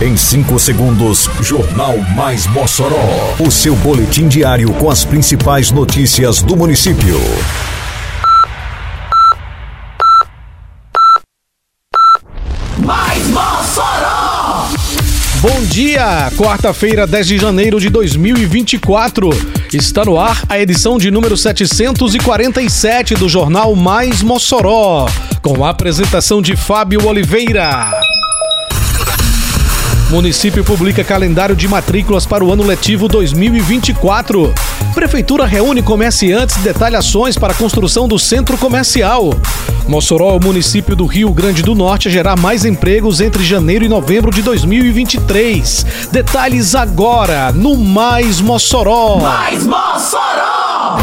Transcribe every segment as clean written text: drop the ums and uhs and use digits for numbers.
Em 5 segundos, Jornal Mais Mossoró. O seu boletim diário com as principais notícias do município. Mais Mossoró! Bom dia! Quarta-feira, 10 de janeiro de 2024. Está no ar a edição de número 747 do Jornal Mais Mossoró, com a apresentação de Fábio Oliveira. Município publica calendário de matrículas para o ano letivo 2024. Prefeitura reúne comerciantes e detalha ações para a construção do centro comercial. Mossoró é o município do Rio Grande do Norte a gerar mais empregos entre janeiro e novembro de 2023. Detalhes agora no Mais Mossoró. Mais Mossoró!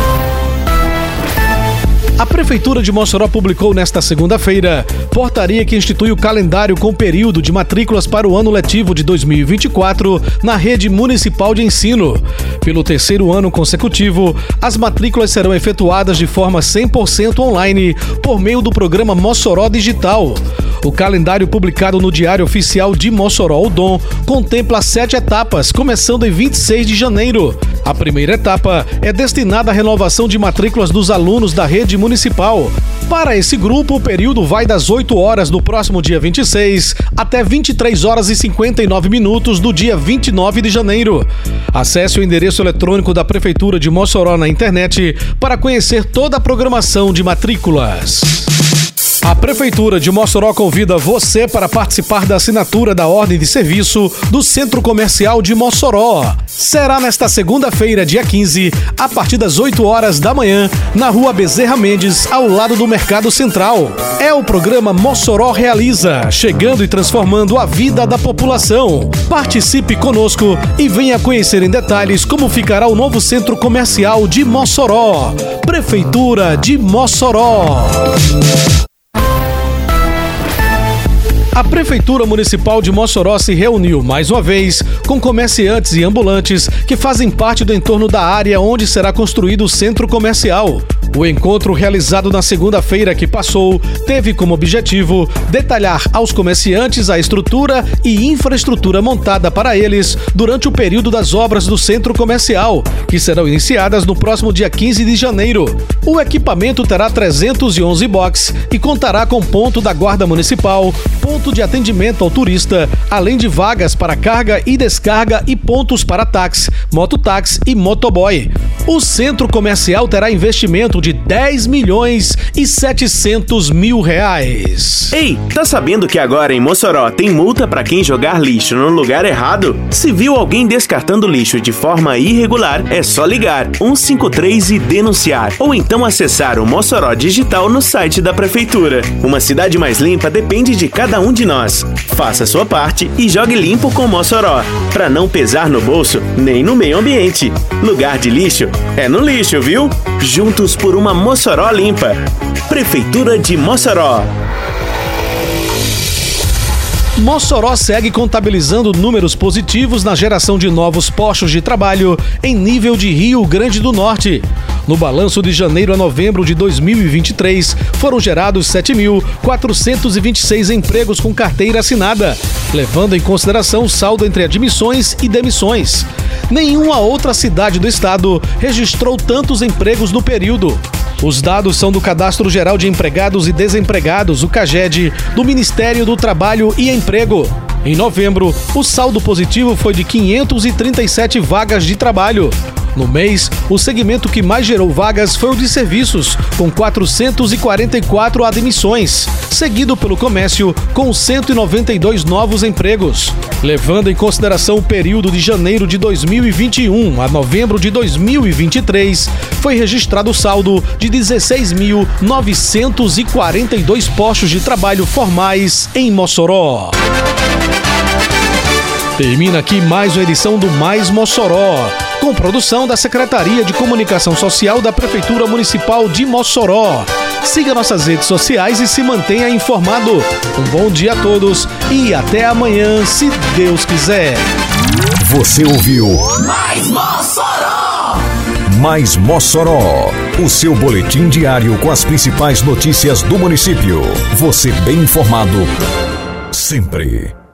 A Prefeitura de Mossoró publicou nesta segunda-feira portaria que institui o calendário com período de matrículas para o ano letivo de 2024 na rede municipal de ensino. Pelo terceiro ano consecutivo, as matrículas serão efetuadas de forma 100% online por meio do programa Mossoró Digital. O calendário publicado no Diário Oficial de Mossoró, o DOM, contempla 7 etapas, começando em 26 de janeiro. A primeira etapa é destinada à renovação de matrículas dos alunos da rede municipal. Para esse grupo, o período vai das 8 horas do próximo dia 26 até 23 horas e 59 minutos do dia 29 de janeiro. Acesse o endereço eletrônico da Prefeitura de Mossoró na internet para conhecer toda a programação de matrículas. A Prefeitura de Mossoró convida você para participar da assinatura da ordem de serviço do Centro Comercial de Mossoró. Será nesta segunda-feira, dia 15, a partir das 8 horas da manhã, na Rua Bezerra Mendes, ao lado do Mercado Central. É o programa Mossoró Realiza, chegando e transformando a vida da população. Participe conosco e venha conhecer em detalhes como ficará o novo Centro Comercial de Mossoró. Prefeitura de Mossoró. A Prefeitura Municipal de Mossoró se reuniu mais uma vez com comerciantes e ambulantes que fazem parte do entorno da área onde será construído o centro comercial. O encontro realizado na segunda-feira que passou teve como objetivo detalhar aos comerciantes a estrutura e infraestrutura montada para eles durante o período das obras do centro comercial, que serão iniciadas no próximo dia 15 de janeiro. O equipamento terá 311 boxes e contará com ponto da Guarda Municipal, ponto de atendimento ao turista, além de vagas para carga e descarga e pontos para táxi, mototáxi e motoboy. O centro comercial terá investimento de 10 milhões e 700 mil reais. Ei, tá sabendo que agora em Mossoró tem multa para quem jogar lixo no lugar errado? Se viu alguém descartando lixo de forma irregular, é só ligar 153 e denunciar, ou então acessar o Mossoró Digital no site da Prefeitura. Uma cidade mais limpa depende de cada um de nós. Faça a sua parte e jogue limpo com Mossoró, para não pesar no bolso nem no meio ambiente. Lugar de lixo é no lixo, viu? Juntos por uma Mossoró limpa. Prefeitura de Mossoró. Mossoró segue contabilizando números positivos na geração de novos postos de trabalho em nível de Rio Grande do Norte. No balanço de janeiro a novembro de 2023, foram gerados 7.426 empregos com carteira assinada, levando em consideração o saldo entre admissões e demissões. Nenhuma outra cidade do estado registrou tantos empregos no período. Os dados são do Cadastro Geral de Empregados e Desempregados, o CAGED, do Ministério do Trabalho e Emprego. Em novembro, o saldo positivo foi de 537 vagas de trabalho. No mês, o segmento que mais gerou vagas foi o de serviços, com 444 admissões, seguido pelo comércio, com 192 novos empregos. Levando em consideração o período de janeiro de 2021 a novembro de 2023, foi registrado o saldo de 16.942 postos de trabalho formais em Mossoró. Termina aqui mais uma edição do Mais Mossoró, com produção da Secretaria de Comunicação Social da Prefeitura Municipal de Mossoró. Siga nossas redes sociais e se mantenha informado. Um bom dia a todos e até amanhã, se Deus quiser. Você ouviu Mais Mossoró! Mais Mossoró, o seu boletim diário com as principais notícias do município. Você bem informado sempre.